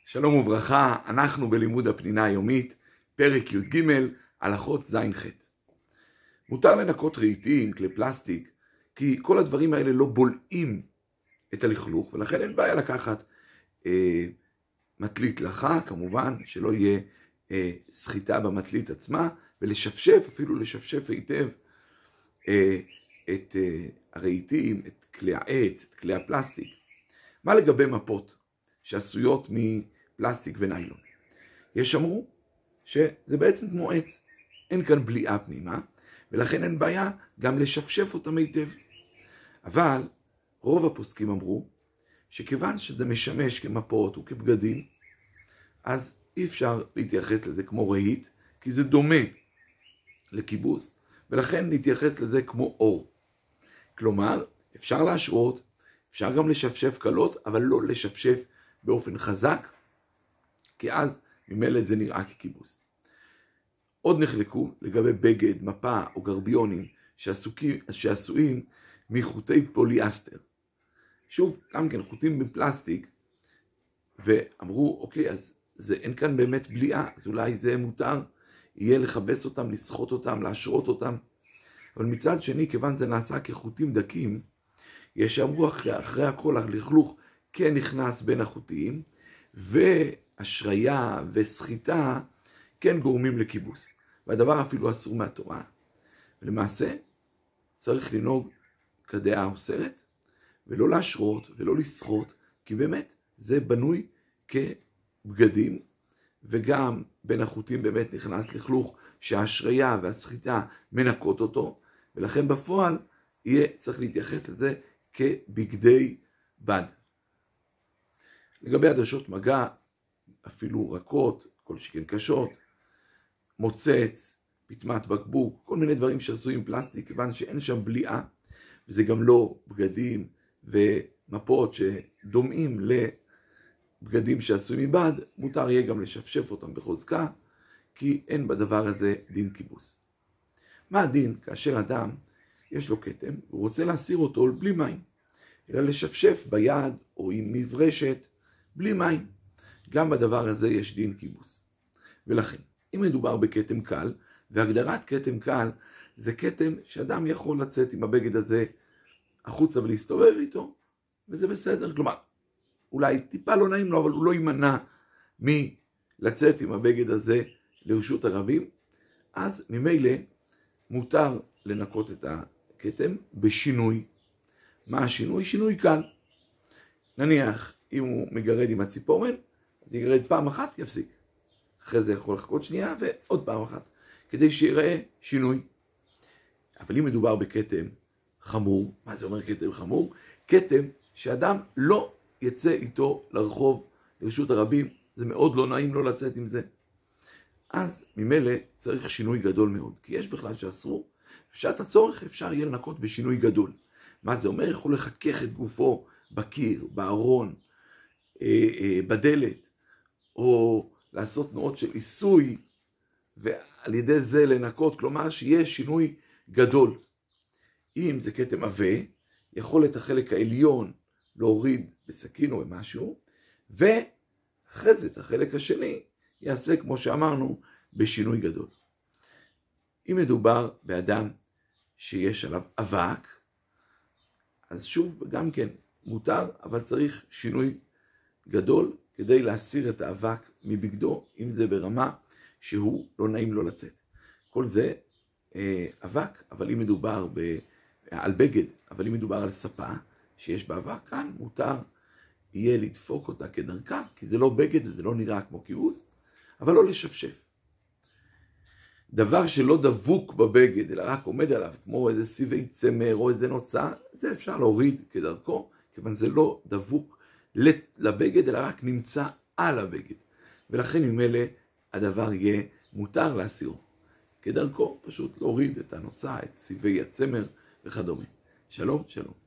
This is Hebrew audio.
שלום וברכה, אנחנו בלימוד הפנינה היומית, פרק י"ג, הלכות ז'-ח'. מותר לנקות רהיטים, כלי פלסטיק, כי כל הדברים האלה לא בולעים את הלכלוך, ולכן אין בעיה לקחת מטלית לחה, כמובן שלא יהיה סחיטה במטלית עצמה, ולשפשף, אפילו לשפשף היטב את הרהיטים, את כלי העץ, את כלי הפלסטיק. מה לגבי מפות שעשויות מפלסטיק וניילון? יש אמרו שזה בעצם כמו עץ, אין כאן בליעה פנימה, ולכן אין בעיה גם לשפשף אותם היטב. אבל רוב הפוסקים אמרו שכיוון שזה משמש כמפות וכבגדים, אז אי אפשר להתייחס לזה כמו רהיט, כי זה דומה לכיבוס, ולכן להתייחס לזה כמו אור. כלומר, אפשר להשרות, אפשר גם לשפשף קלות, אבל לא לשפשף באופן חזק, כי אז ממילא זה נראה ככיבוס. עוד נחלקו לגבי בגד, מפה או גרביונים שעשויים מחוטי פוליאסטר. שוב, גם כן חוטים בפלסטיק, ואמרו, אוקיי, אז אין כאן באמת בליעה, אז אולי זה מותר, יהיה לכבס אותם, לסחוט אותם, להשרות אותם. אבל מצד שני, כיוון זה נעשה כחוטים דקים, יש אמרו אחרי הכל, הלכלוך כן נכנס בין החוטים, והשריה וסחיטה כן גורמים לכיבוס. והדבר אפילו אסור מהתורה. ולמעשה, צריך לנהוג כדעה האוסרת, ולא להשרות ולא לסחוט, כי באמת זה בנוי כבגדים, וגם בין החוטים באמת נכנס לכלוך שהשריה והסחיטה מנקות אותו, ולכן בפועל צריך להתייחס לזה כבגדי בד. לגבי עדשות מגע, אפילו רכות, כל שכן קשות, מוצץ, פטמת בקבוק, כל מיני דברים שעשויים פלסטיק, כיוון שאין שם בליעה, וזה גם לא בגדים ומפות שדומים לבגדים שעשויים מבד, מותר יהיה גם לשפשף אותם בחוזקה, כי אין בדבר הזה דין כיבוס. מה הדין כאשר אדם יש לו כתם, הוא רוצה להסיר אותו בלי מים, אלא לשפשף ביד או עם מברשת בלי מים. גם בדבר הזה יש דין כיבוס. ולכן, אם מדובר בכתם קל, והגדרת כתם קל זה כתם שאדם יכול לצאת עם הבגד הזה החוצה ולהסתובב איתו, וזה בסדר. כלומר, אולי טיפה לא נעים לו, אבל הוא לא יימנע מלצאת עם הבגד הזה לרשות הרבים, אז ממילא מותר לנקות את הכתם בשינוי. מה השינוי? שינוי קל. נניח, אם הוא מגרד עם הציפורן, אז יגרד פעם אחת, יפסיק. אחרי זה יכול לחכות שנייה ועוד פעם אחת, כדי שיראה שינוי. אבל אם מדובר בכתם חמור, מה זה אומר כתם חמור? כתם שאדם לא יצא איתו לרחוב לרשות הרבים, זה מאוד לא נעים לו לצאת עם זה. אז ממילא צריך שינוי גדול מאוד, כי יש בכלל שאסרו, בשעת הצורך אפשר יהיה לנקות בשינוי גדול. מה זה אומר? יכול לחכך את גופו בקיר, בארון, בדלת, או לעשות תנועות של עיסוי, ועל ידי זה לנקות, כלומר שיהיה שינוי גדול. אם זה כתם עבה, יכול את החלק העליון להוריד בסכין או במשהו, ואחרי זה את החלק השני יעשה כמו שאמרנו בשינוי גדול. אם מדובר באדם שיש עליו אבק, אז שוב גם כן מותר, אבל צריך שינוי גדול כדי להסיר את האבק מבגדו, אם זה ברמה שהוא לא נעים לו לצאת. כל זה אבק, אבל אם מדובר על בגד, אבל אם מדובר על ספה שיש בה אבק, כאן מותר יהיה לדפוק אותה כדרכה, כי זה לא בגד וזה לא נראה כמו כיבוס, אבל לא לשפשף. דבר שלא דבוק בבגד, אלא רק עומד עליו, כמו איזה סיבי צמר או איזה נוצה, זה אפשר להוריד כדרכו, כיוון זה לא דבוק לבגד, אלא רק נמצא על הבגד. ולכן ממילא הדבר יהיה מותר להסירו. כדרכו פשוט להוריד את הנוצה, את סיבי הצמר וכדומה. שלום, שלום.